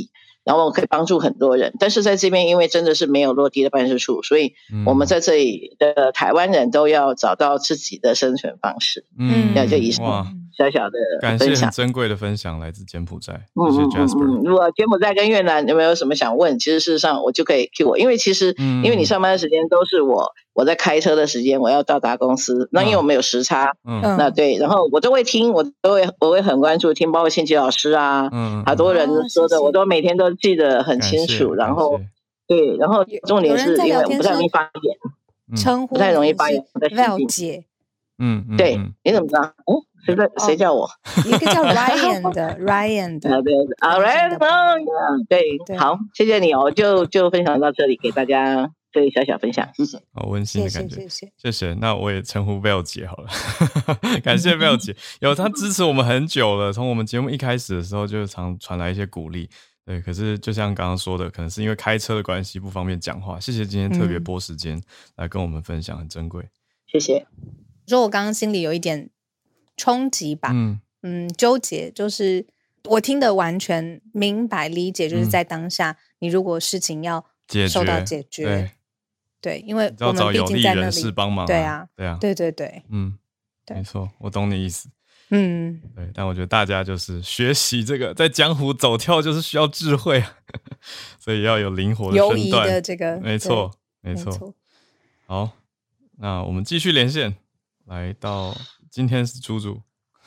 然后可以帮助很多人。但是在这边因为真的是没有落地的办事处，所以我们在这里的台湾人都要找到自己的生存方式。就以上小小的分享， 感谢很珍贵的分享，来自柬埔寨。谢谢 Jasper。 如果柬埔寨跟越南有没有什么想问，其实事实上我就可以 cue 我，因为其实因为你上班的时间都是我在开车的时间，我要到达公司，那因为我们有时差，那对，然后我都会听，我会很关注听，包括信琪老师啊，好多人说的，我都每天都记得很清楚。然后对，然后重点是因为我不太容易发言， 称呼不太容易发言。 Val 姐， 对，你怎么知道？谁叫我？ 一个叫 Ryan 的 ，Ryan 的， 对，Ryan，对，好，谢谢你哦，就分享到这里，给大家这一小小分享，谢谢。 好温馨的感觉， 谢谢。那我也称呼 Val 姐好了，感谢 Val 姐，她支持我们很久了，从我们节目一开始的时候就常传来一些鼓励。对，可是就像刚刚说的，可能是因为开车的关系不方便讲话。谢谢今天特别拨时间来跟我们分享，很珍贵。 谢谢。 说我刚刚心里有一点冲击吧，纠结，就是我听得完全明白理解，就是在当下，你如果事情要受到解决，对，因为我们毕竟在那里帮忙， 对啊，对， 对，没错，我懂你意思，对，但我觉得大家就是学习这个在江湖走跳，就是需要智慧，所以要有灵活的身段的这个， 没错。好，那我们继续连线，来到今天是猪猪。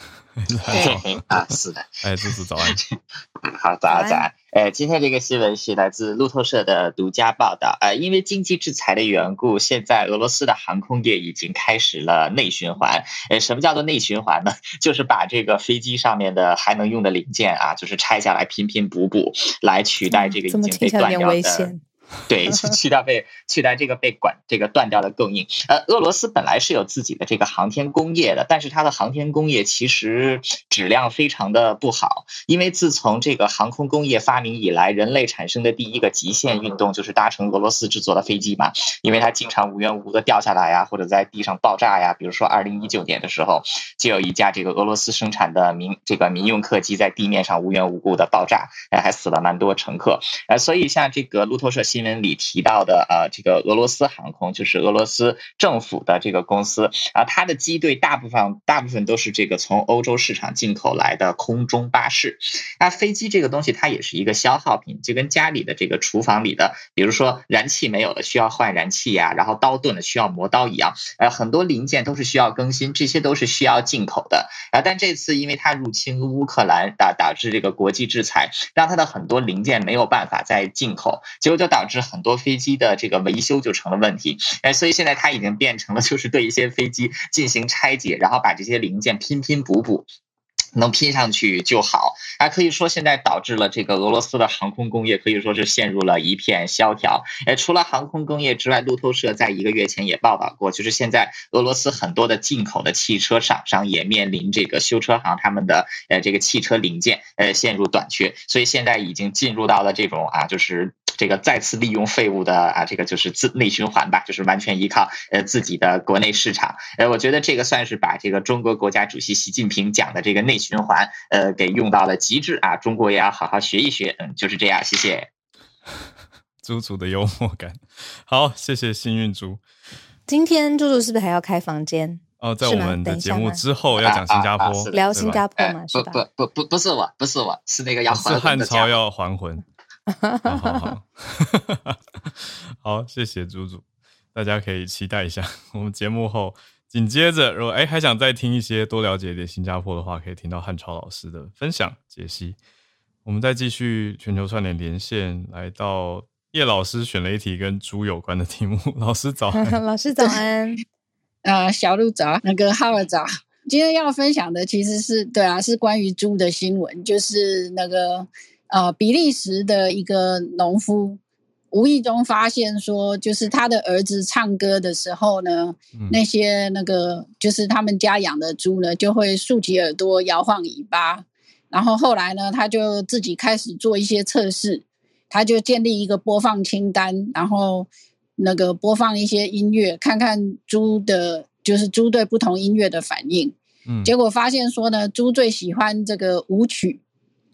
是的， 猪猪早安。 好，早安。今天这个新闻是来自路透社的独家报道。因为经济制裁的缘故，现在俄罗斯的航空业已经开始了内循环。什么叫做内循环呢？就是把这个飞机上面的还能用的零件啊，就是拆下来拼拼补补，来取代这个已经被断掉的。对，取代这个断掉的供应。俄罗斯本来是有自己的这个航天工业的，但是它的航天工业其实质量非常的不好，因为自从这个航空工业发明以来，人类产生的第一个极限运动就是搭乘俄罗斯制作的飞机嘛，因为它经常无缘无故的掉下来呀，或者在地上爆炸呀。比如说2019年的时候，就有一架这个俄罗斯生产的民用客机在地面上无缘无故的爆炸，还死了蛮多乘客。所以像这个路透社新闻里提到的这个俄罗斯航空，就是俄罗斯政府的这个公司它的机队大部分都是这个从欧洲市场进口来的空中巴士。那飞机这个东西它也是一个消耗品，就跟家里的这个厨房里的，比如说燃气没有了需要换燃气呀，然后刀钝了需要磨刀一样，很多零件都是需要更新，这些都是需要进口的。但这次因为它入侵乌克兰，导致这个国际制裁，让它的很多零件没有办法再进口，结果就导致很多飞机的这个维修就成了问题。所以现在它已经变成了就是对一些飞机进行拆解，然后把这些零件拼拼补补，能拼上去就好。可以说现在导致了这个俄罗斯的航空工业可以说是陷入了一片萧条。除了航空工业之外，路透社在1个月前也报道过，就是现在俄罗斯很多的进口的汽车厂商也面临这个修车行他们的这个汽车零件陷入短缺，所以现在已经进入到了这种就是这个再次利用废物的这个就是内循环吧，就是完全依靠自己的国内市场。我觉得这个算是把这个中国国家主席习近平讲的这个内循环给用到了极致啊！中国也要好好学一学，就是这样。谢谢猪猪的幽默感。好，谢谢幸运猪。 今天猪猪是不是还要开房间？ 在我们的节目之后要讲新加坡， 聊新加坡嘛？是吧？ 不是我，是那个要还魂的，是汉超要还魂。好，好，谢谢猪猪，大家可以期待一下我们节目后紧接着，如果还想再听一些多了解一点新加坡的话，可以听到汉超老师的分享解析。我们再继续全球串联连线，来到叶老师选了一题跟猪有关的题目。老师早安。 老师早安。 小鹿早，那个浩儿早。今天要分享的其实是是关于猪的新闻，就是那个比利时的一个农夫无意中发现说，就是他的儿子唱歌的时候呢，那些就是他们家养的猪呢，就会竖起耳朵摇晃尾巴。然后后来呢，他就自己开始做一些测试，他就建立一个播放清单，然后播放一些音乐，看看猪对不同音乐的反应。结果发现说呢，猪最喜欢这个舞曲。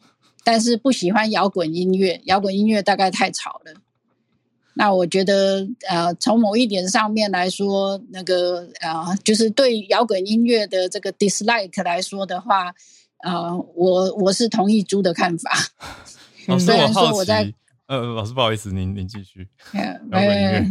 但是不喜欢摇滚音乐，摇滚音乐大概太吵了。那我觉得从某一点上面来说，那个就是对摇滚音乐的这个 dislike 来说的话，我是同意朱的看法。 老师，我好奇，老师不好意思，您继续。摇滚音乐，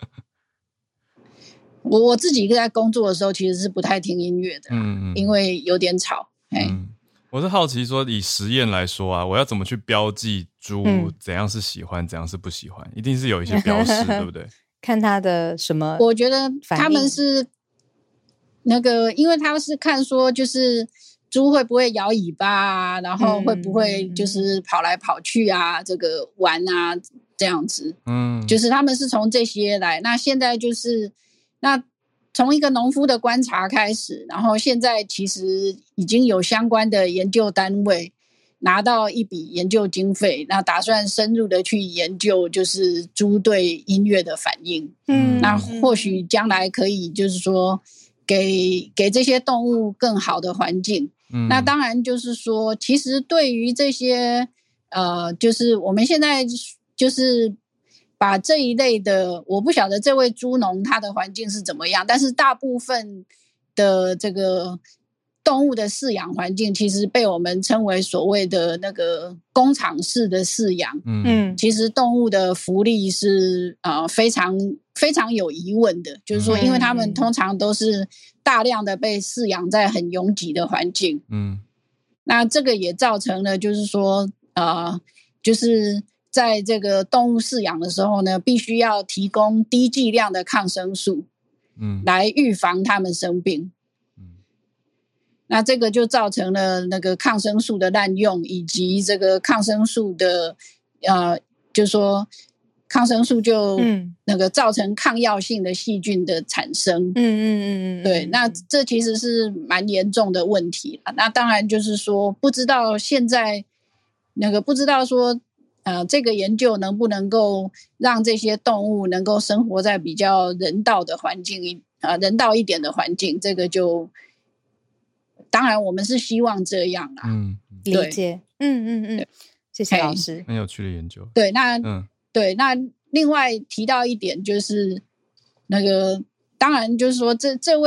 我自己在工作的时候其实是不太听音乐的，因为有点吵。 我是好奇说，以实验来说啊，我要怎么去标记猪怎样是喜欢，怎样是不喜欢？一定是有一些标识，对不对？ 看他的什么？ 我觉得他们是那个，因为他是看说就是猪会不会摇尾巴啊，然后会不会就是跑来跑去啊，这个玩啊这样子。就是他们是从这些来。那现在就是那。从一个农夫的观察开始，然后现在其实已经有相关的研究单位拿到一笔研究经费，那打算深入的去研究就是猪对音乐的反应。那或许将来可以就是说给这些动物更好的环境。那当然就是说，其实对于这些就是我们现在就是把这一类的，我不晓得这位猪农他的环境是怎么样，但是大部分的这个动物的饲养环境其实被我们称为所谓的那个工厂式的饲养。其实动物的福利是非常非常有疑问的，就是说因为他们通常都是大量的被饲养在很拥挤的环境。那这个也造成了就是说就是在这个动物饲养的时候呢，必须要提供低剂量的抗生素，来预防它们生病。那这个就造成了那个抗生素的滥用，以及这个抗生素的就是说抗生素就那个造成抗药性的细菌的产生。对，那这其实是蛮严重的问题了。那当然就是说，不知道现在那个不知道说。这个研究能不能够让这些动物能够生活在比较人道的环境，人道一点的环境，这个就当然我们是希望这样啦。 理解。谢谢老师， 很有趣的研究。 对，那对，那另外提到一点就是那个，当然就是说这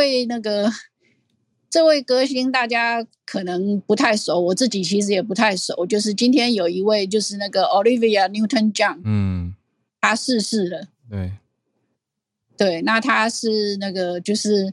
位歌星大家可能不太熟，我自己其实也不太熟。就是今天有一位就是那个 Olivia Newton-John，他逝世了。对，那他是那个就是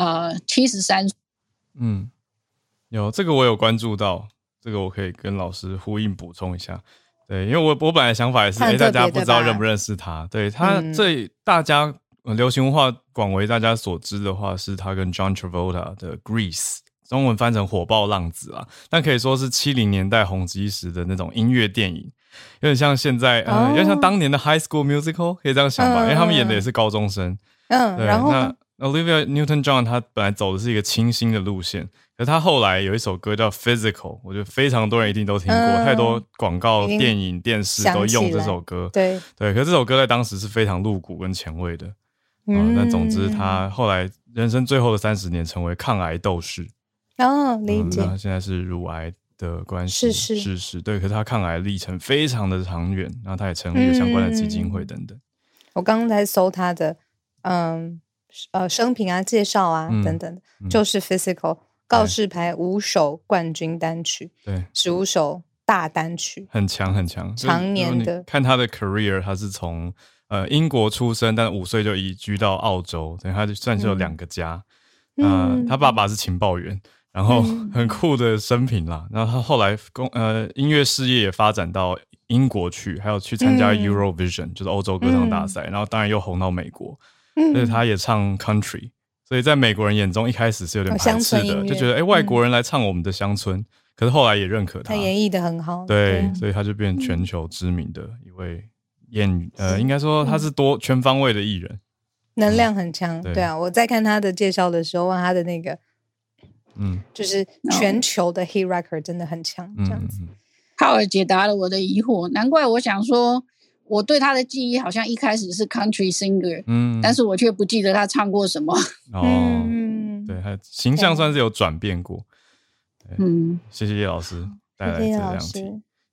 73岁。 有这个我有关注到，这个我可以跟老师呼应补充一下。对，因为我本来的想法也是，大家不知道认不认识他。对他这大家。流行文化广为大家所知的话，是他跟 John Travolta 的 Grease， 中文翻成火爆浪子啦，但可以说是70年代红极时的那种音乐电影，有点像现在有点像当年的 High School Musical， 可以这样想吧，因为他们演的也是高中生。对，然后那 Olivia Newton-John 他本来走的是一个清新的路线，可是他后来有一首歌叫 Physical， 我觉得非常多人一定都听过，太多广告、电影、电视都用这首歌。对，可是这首歌在当时是非常露骨跟前卫的。但总之他后来人生最后的30年成为抗癌斗士。 理解。 他现在是乳癌的关系逝世。对，可是他抗癌历程非常的长远，然后他也成立了相关的基金会等等。 我刚刚在搜他的生平啊、介绍啊等等，就是 Physical 告示牌5首冠军单曲，对，15首大单曲， 很强很强， 常年的。 看他的 career， 他是从英国出生，但5岁就移居到澳洲，等于他就算是有2个家。他爸爸是情报员，然后很酷的生平啦。然后他后来音乐事业也发展到英国去，还有去参加 Eurovision，就是欧洲歌唱大赛，然后当然又红到美国。而且他也唱 country， 所以在美国人眼中一开始是有点排斥的，就觉得外国人来唱我们的乡村。可是后来也认可他演绎的很好， 对，所以他就变全球知名的一位应该说他是全方位的艺人， 能量很强。对啊，我在看他的介绍的时候，他的那个就是全球的 hit record 真的很强，这样子。 浩尔解答了我的疑惑，难怪我想说我对他的记忆好像一开始是 country singer， 但是我却不记得他唱过什么。 对，他形象算是有转变过。谢谢叶老师带来这2题。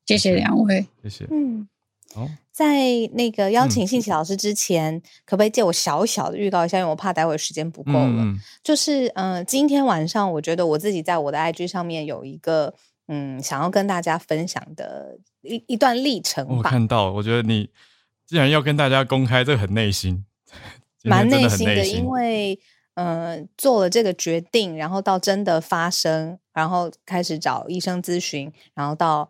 谢谢两位， 谢谢。 好，在那个邀请幸琪老师之前，可不可以借我小小的预告一下？因为我怕待会时间不够了。就是今天晚上我觉得我自己在我的 IG 上面有一个想要跟大家分享的一段历程吧。 我看到，我觉得你既然要跟大家公开，这个很内心， 蛮内心的，因为做了这个决定，然后到真的发生，然后开始找医生咨询，然后到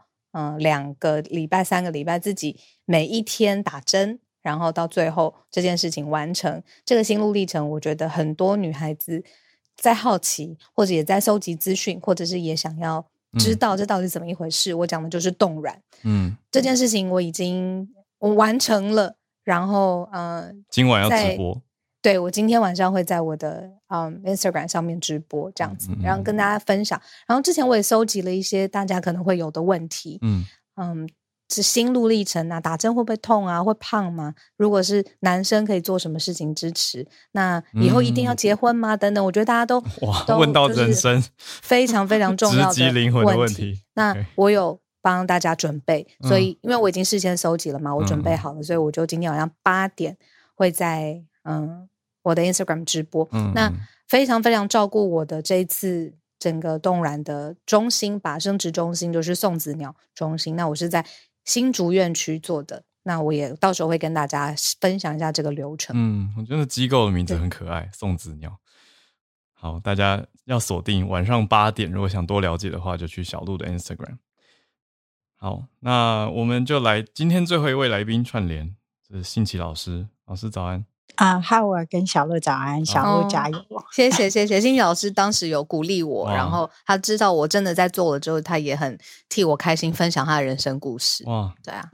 2个礼拜3个礼拜自己每一天打针，然后到最后这件事情完成，这个心路历程我觉得很多女孩子在好奇，或者也在收集资讯，或者是也想要知道这到底怎么一回事。我讲的就是冻卵这件事情我完成了，然后今晚要直播， 对，我今天晚上会在我的Instagram 上面直播这样子，然后跟大家分享。然后之前我也收集了一些大家可能会有的问题，是心路历程啊，打针会不会痛啊，会胖吗？如果是男生可以做什么事情支持？那以后一定要结婚吗？等等，我觉得大家都问到人生非常非常重要的直击灵魂的问题。 那我有帮大家准备，所以因为我已经事先收集了嘛，我准备好了，所以我就今天晚上8点会在我的 Instagram 直播。那非常非常照顾我的这一次整个冻卵的中心吧，生殖中心就是送子鸟中心。那我是在新竹院区做的，那我也到时候会跟大家分享一下这个流程。 我觉得机构的名字很可爱，送子鸟。好，大家要锁定晚上8点，如果想多了解的话，就去小鹿的 Instagram。好，那我们就来今天最后一位来宾串联，这是幸琪老师。老师早安。 浩尔跟小鹿早安，小鹿加油！ 谢谢。幸琪老师当时有鼓励我，然后他知道我真的在做了之后，他也很替我开心，分享他的人生故事。哇，对啊，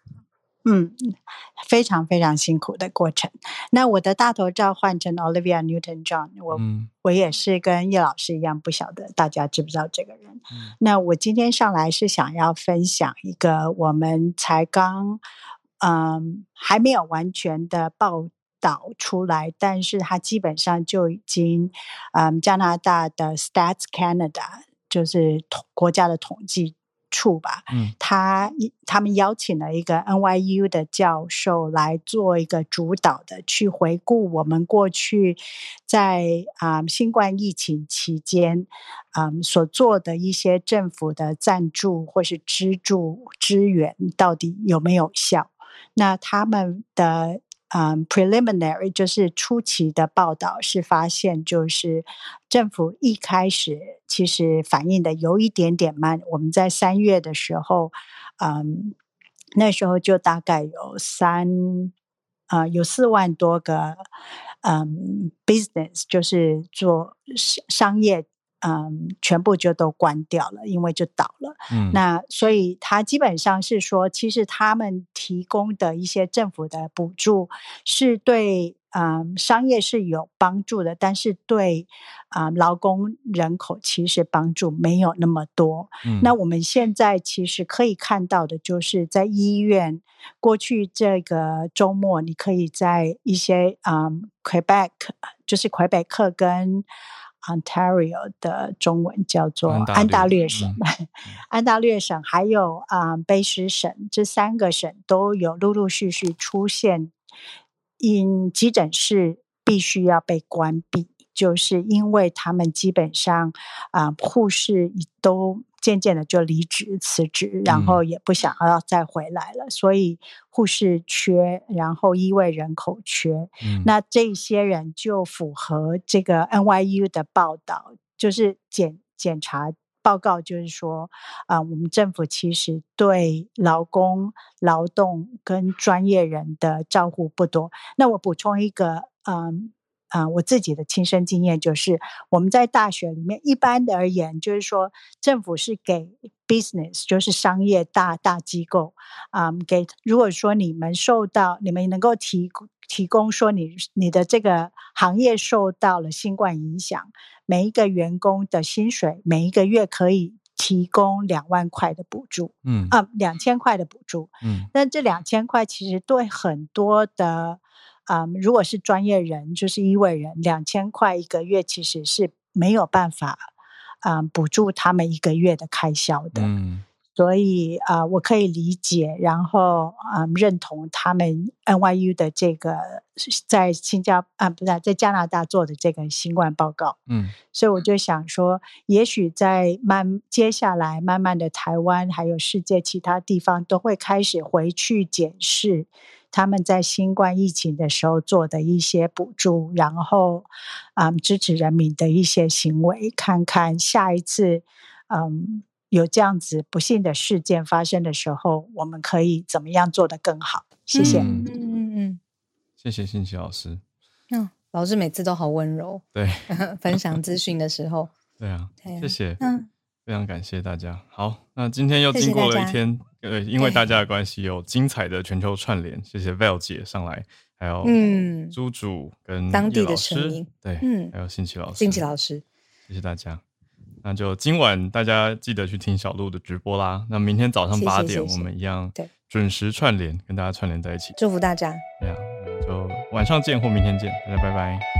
非常非常辛苦的过程。那我的大头照换成 Olivia Newton-John， 我也是跟叶老师一样，不晓得大家知不知道这个人。那我今天上来是想要分享一个我们才刚还没有完全的报导出来，但是它基本上就已经加拿大的 Stats Canada 就是国家的统计处吧，他们邀请了一个 NYU 的教授来做一个主导的，去回顾我们过去在新冠疫情期间所做的一些政府的赞助或是资助支援到底有没有效。那他们的preliminary 就是初期的报道是发现，就是政府一开始其实反应的有一点点慢。我们在3月的时候那时候就大概有4万多个business 就是做商业全部就都关掉了，因为就倒了。那所以他基本上是说，其实他们提供的一些政府的补助是对商业是有帮助的，但是对劳工人口其实帮助没有那么多。那我们现在其实可以看到的就是在医院，过去这个周末你可以在一些Quebec 就是魁北克跟Ontario 的中文叫做安大略省，安大略省还有卑诗省，这3个省都有陆陆续续出现急诊室必须要被关闭，就是因为他们基本上护士都渐渐的就离职辞职，然后也不想要再回来了，所以护士缺，然后医卫人口缺。那这些人就符合这个 NYU 的报道，就是检查报告，就是说我们政府其实对劳工劳动跟专业人的照顾不多。那我补充一个我自己的亲身经验，就是我们在大学里面一般的而言，就是说政府是给 business 就是商业大机构给，如果说你们能够提供说你的这个行业受到了新冠影响，每一个员工的薪水每一个月可以提供2万块的补助，2000块的补助。那这2000块其实对很多的如果是专业人就是医卫人，2000块一个月其实是没有办法补助他们一个月的开销的。 所以我可以理解，然后认同他们 NYU 的这个在在加拿大做的这个新冠报告。所以我就想说，也许在接下来慢慢的台湾还有世界其他地方都会开始回去检视他们在新冠疫情的时候做的一些补助，然后支持人民的一些行为，看看下一次有这样子不幸的事件发生的时候，我们可以怎么样做得更好。谢谢。 谢谢信琪老师。 老师每次都好温柔， 对， 分享资讯的时候。 对啊，谢谢，非常感谢大家。好，那今天又经过了一天，因为大家的关系，有精彩的全球串联。谢谢 Val 姐上来，还有猪主跟当地的声音， 对，还有信琪老师，谢谢大家。那就今晚大家记得去听小鹿的直播啦。那明天早上8点，我们一样准时串联，跟大家串联在一起。 祝福大家。 对啊，就晚上见或明天见，大家拜拜。